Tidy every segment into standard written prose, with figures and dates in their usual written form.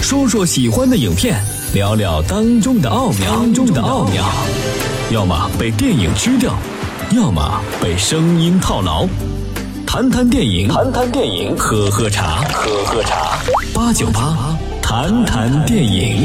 说说喜欢的影片，聊聊当中的奥妙。要么被电影吃掉，要么被声音套牢。谈谈电影，喝喝茶，898谈谈电影。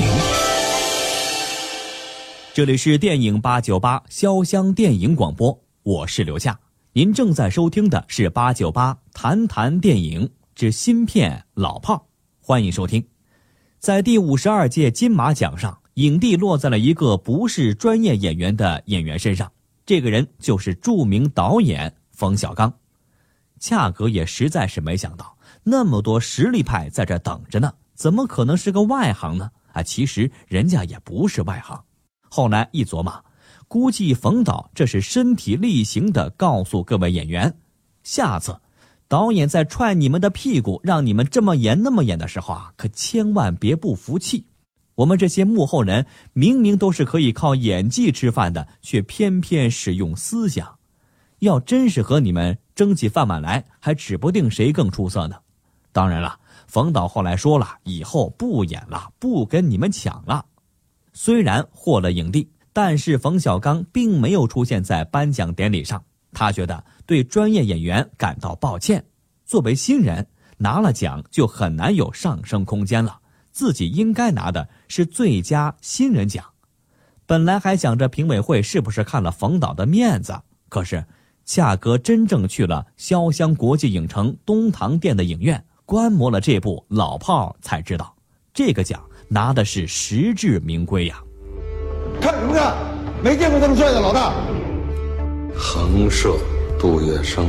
这里是电影898潇湘电影广播，我是刘夏。您正在收听的是898谈谈电影之新片老炮，欢迎收听。在第52届金马奖上，影帝落在了一个不是专业演员的演员身上，这个人就是著名导演冯小刚。恰哥也实在是没想到，那么多实力派在这等着呢，怎么可能是个外行呢？其实人家也不是外行。后来一琢磨，估计冯导这是身体力行地告诉各位演员，下次导演在踹你们的屁股让你们这么演那么演的时候可千万别不服气。我们这些幕后人明明都是可以靠演技吃饭的，却偏偏使用思想。要真是和你们争起饭碗来，还指不定谁更出色呢。当然了，冯导后来说了，以后不演了，不跟你们抢了。虽然获了影帝，但是冯小刚并没有出现在颁奖典礼上，他觉得对专业演员感到抱歉。作为新人，拿了奖就很难有上升空间了，自己应该拿的是最佳新人奖。本来还想着评委会是不是看了冯导的面子，可是恰哥真正去了潇湘国际影城东堂店的影院观摩了这部老炮，才知道这个奖拿的是实至名归呀。 看什么看？没见过这么帅的老大。 横射杜月笙，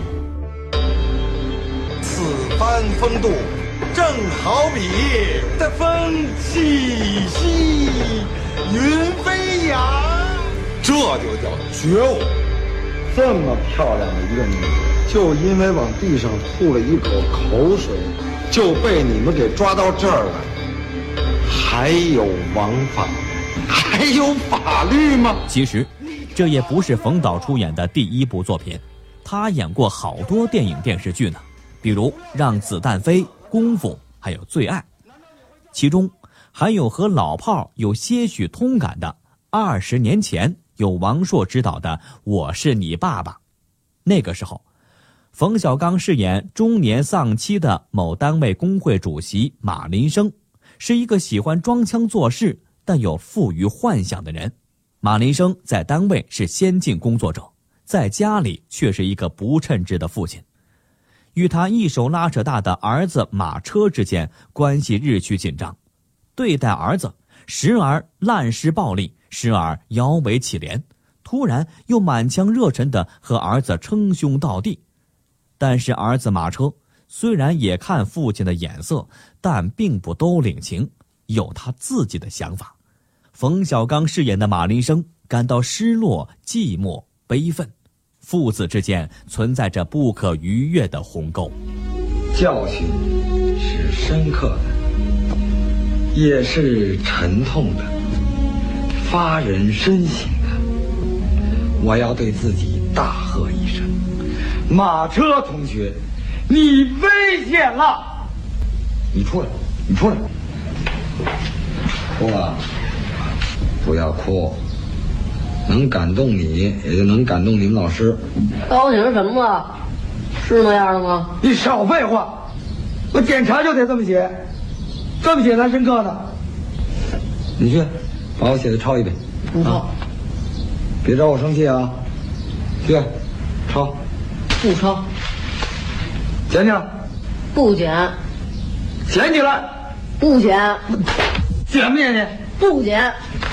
此番风度，正好比的风气息云飞扬，这就叫觉悟。这么漂亮的一个女人，就因为往地上吐了一口口水，就被你们给抓到这儿了。还有王法，还有法律吗？ 其实这也不是冯导出演的第一部作品，他演过好多电影电视剧呢，比如《让子弹飞》、《功夫》还有《最爱》，其中还有和老炮有些许通感的20年前有王朔执导的《我是你爸爸》。那个时候冯小刚饰演中年丧妻的某单位工会主席马林生，是一个喜欢装腔作势但又富于幻想的人。马林生在单位是先进工作者，在家里却是一个不称职的父亲。与他一手拉扯大的儿子马车之间关系日趋紧张，对待儿子时而滥施暴力，时而摇尾乞怜，突然又满腔热忱地和儿子称兄道弟。但是儿子马车虽然也看父亲的眼色，但并不都领情，有他自己的想法。冯小刚饰演的马林生感到失落、寂寞、悲愤，父子之间存在着不可逾越的鸿沟。 教训是深刻的，也是沉痛的，发人深省的。我要对自己大喝一声：马车同学，你危险了！你出来，你出来！哭了，不要哭，能感动你，也就能感动你们老师。 高兴什么了？是那样的吗？ 你少废话，我检查就得这么写，这么写才深刻呢。你去把我写的抄一遍。 不抄。 别招我生气啊！去抄。 不抄。 捡起来。 不捡。 捡起来。 不捡。 捡不捡去？ 不捡。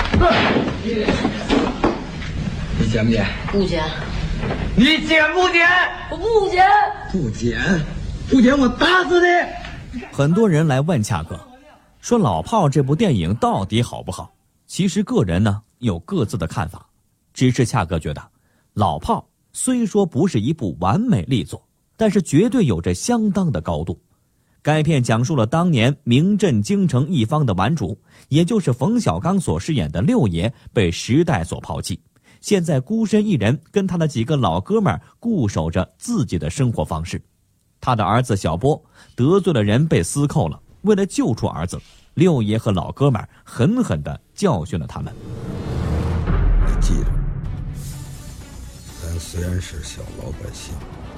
你捡不捡？ 不捡。 你捡不捡？ 我不捡。 不捡，不捡我打死你！ 很多人来问恰哥，说老炮这部电影到底好不好？其实个人呢有各自的看法，只是恰哥觉得老炮虽说不是一部完美力作，但是绝对有着相当的高度。该片讲述了当年名震京城一方的顽主，也就是冯小刚所饰演的六爷被时代所抛弃，现在孤身一人跟他的几个老哥们固守着自己的生活方式。他的儿子小波得罪了人被私扣了，为了救出儿子， 六爷和老哥们狠狠地教训了他们。 你记着，咱虽然是小老百姓，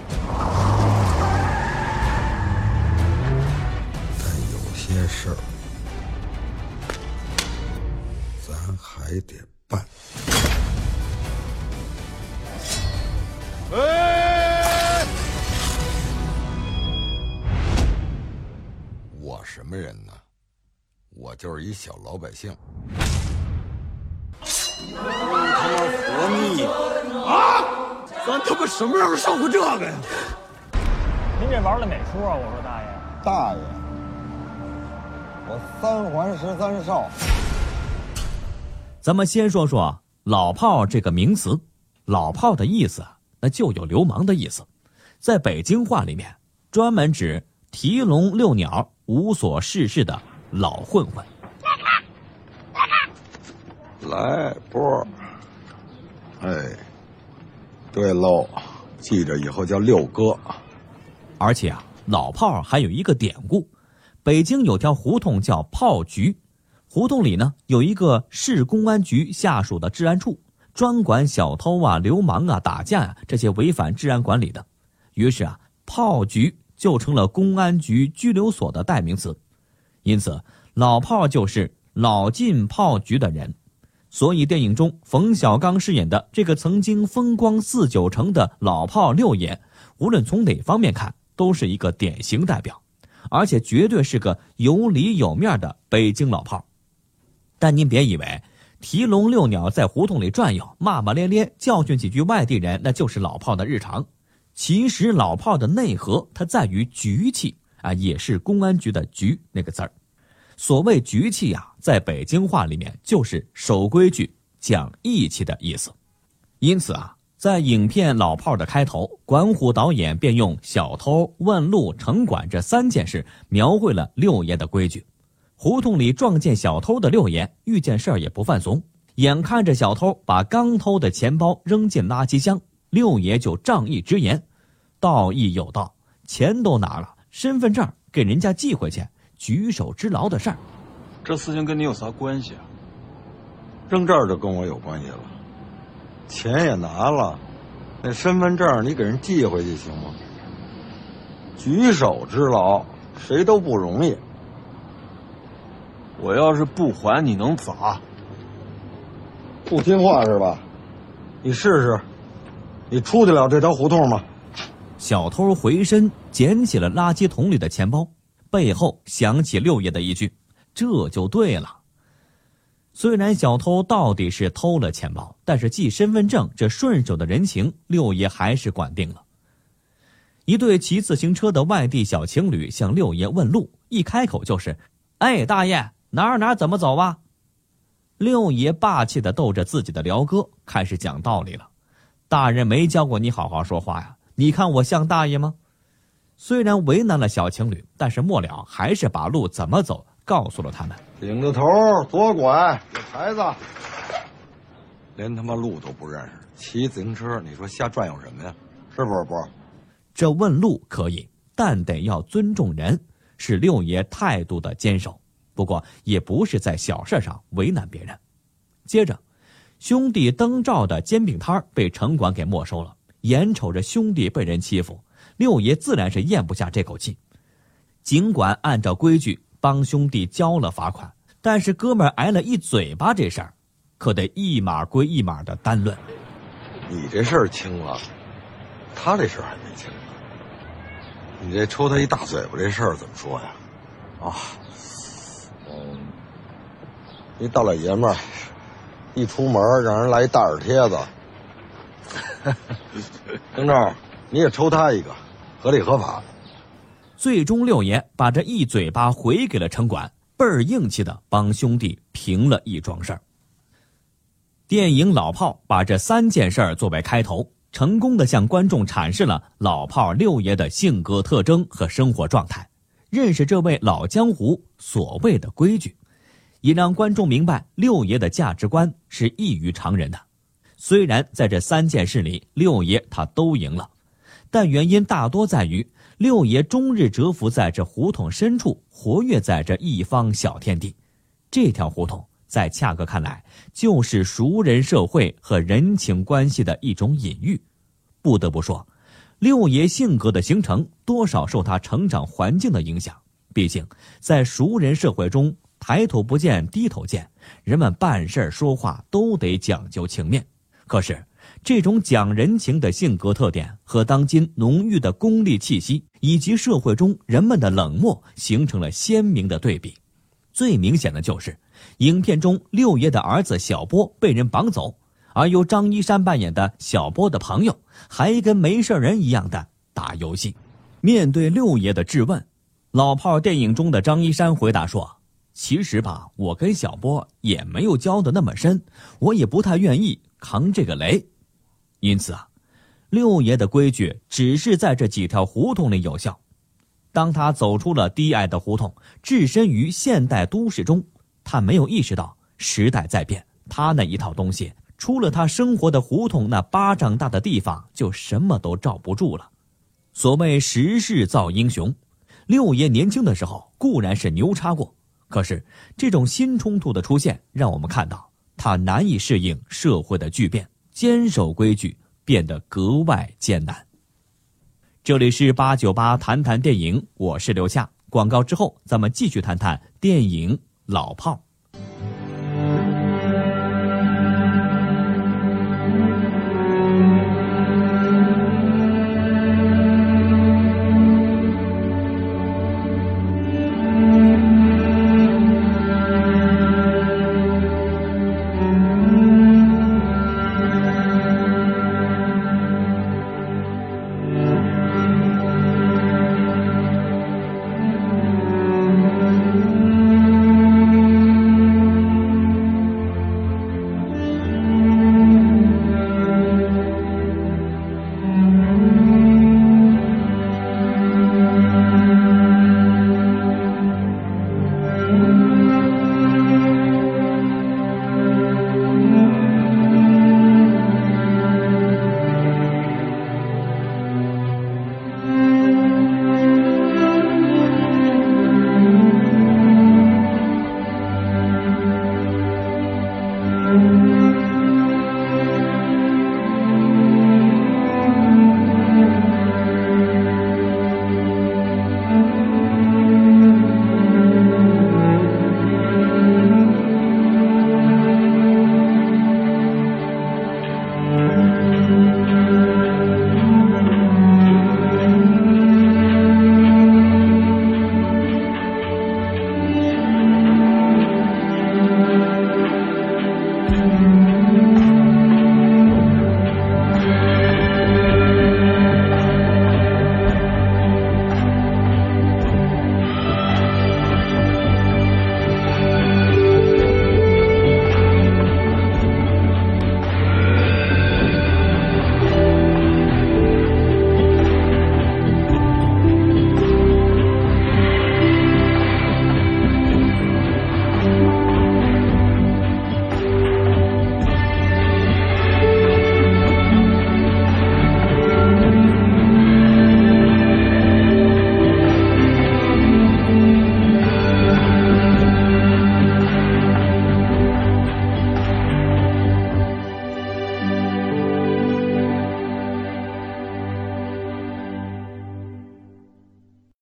但有些事儿咱还得办。我什么人呢？我就是一小老百姓。 他妈活腻啊！咱他妈什么时候上过这个呀？ 您这玩的哪出啊？我说大爷。 大爷，我3环13少。 咱们先说说老炮这个名词。老炮的意思那就有流氓的意思，在北京话里面专门指提笼遛鸟、无所事事的老混混。 来波，哎，对喽，记着以后叫六哥。 而且啊，老炮还有一个典故，北京有条胡同叫炮局，胡同里呢有一个市公安局下属的治安处，专管小偷啊、流氓啊、打架啊这些违反治安管理的。于是啊，炮局就成了公安局拘留所的代名词。因此，老炮就是老进炮局的人。所以电影中冯小刚饰演的这个曾经风光49成的老炮六爷，无论从哪方面看都是一个典型代表，而且绝对是个有里有面的北京老炮。但您别以为提笼遛鸟在胡同里转悠，骂骂咧咧教训几句外地人那就是老炮的日常。其实老炮的内核它在于局气啊，也是公安局的局那个字儿。所谓局气啊，在北京话里面就是守规矩、讲义气的意思。因此啊，在影片《老炮》的开头，管虎导演便用小偷、问路、城管这3件事描绘了六爷的规矩。胡同里撞见小偷的六爷，遇见事儿也不犯怂，眼看着小偷把刚偷的钱包扔进垃圾箱，六爷就仗义直言：道义有道，钱都拿了，身份证给人家寄回去，举手之劳的事儿。 这事情跟你有啥关系啊？ 扔这儿就跟我有关系了，钱也拿了，那身份证你给人寄回去行吗？举手之劳，谁都不容易。 我要是不还，你能咋？ 不听话是吧？你试试，你出得了这条胡同吗？ 小偷回身捡起了垃圾桶里的钱包，背后响起六爷的一句：这就对了。虽然小偷到底是偷了钱包，但是寄身份证这顺手的人情，六爷还是管定了。一对骑自行车的外地小情侣向六爷问路，一开口就是：哎，大爷，哪怎么走啊？六爷霸气地逗着自己的辽哥，开始讲道理了。大人没教过你好好说话呀，你看我像大爷吗？虽然为难了小情侣，但是末了还是把路怎么走告诉了他们。 顶着头左拐，有牌子。连他妈路都不认识，骑自行车你说瞎转悠什么呀？是不是波？ 这问路可以，但得要尊重人，是六爷态度的坚守。不过也不是在小事上为难别人。接着，兄弟灯罩的煎饼摊被城管给没收了，眼瞅着兄弟被人欺负，六爷自然是咽不下这口气。尽管按照规矩帮兄弟交了罚款，但是哥们儿挨了一嘴巴这事儿，可得一码归一码的单论。 你这事儿轻了，他这事儿还没轻呢。你这抽他一大嘴巴这事儿怎么说呀？一大老爷们儿一出门让人来一大耳贴子，丁照你也抽他一个，合理合法。 最终六爷把这一嘴巴回给了城管，倍儿硬气的帮兄弟平了一桩事儿。电影《老炮》把这3件事儿作为开头，成功的向观众阐释了老炮六爷的性格特征和生活状态，认识这位老江湖所谓的规矩，也让观众明白六爷的价值观是异于常人的。虽然在这3件事里六爷他都赢了，但原因大多在于六爷终日蛰伏在这胡同深处，活跃在这一方小天地。这条胡同在恰哥看来，就是熟人社会和人情关系的一种隐喻。不得不说，六爷性格的形成多少受他成长环境的影响。毕竟在熟人社会中，抬头不见低头见，人们办事说话都得讲究情面。可是这种讲人情的性格特点和当今浓郁的功利气息，以及社会中人们的冷漠，形成了鲜明的对比。最明显的就是影片中六爷的儿子小波被人绑走，而由张一山扮演的小波的朋友还跟没事人一样的打游戏。面对六爷的质问，老炮电影中的张一山回答说，其实吧，我跟小波也没有交得那么深，我也不太愿意扛这个雷。因此啊，六爷的规矩只是在这几条胡同里有效。当他走出了低矮的胡同，置身于现代都市中，他没有意识到时代在变，他那一套东西出了他生活的胡同那巴掌大的地方，就什么都罩不住了。所谓时势造英雄，六爷年轻的时候固然是牛叉过，可是这种新冲突的出现，让我们看到他难以适应社会的巨变，坚守规矩变得格外艰难。这里是898谈谈电影，我是刘夏。广告之后，咱们继续谈谈电影《老炮》。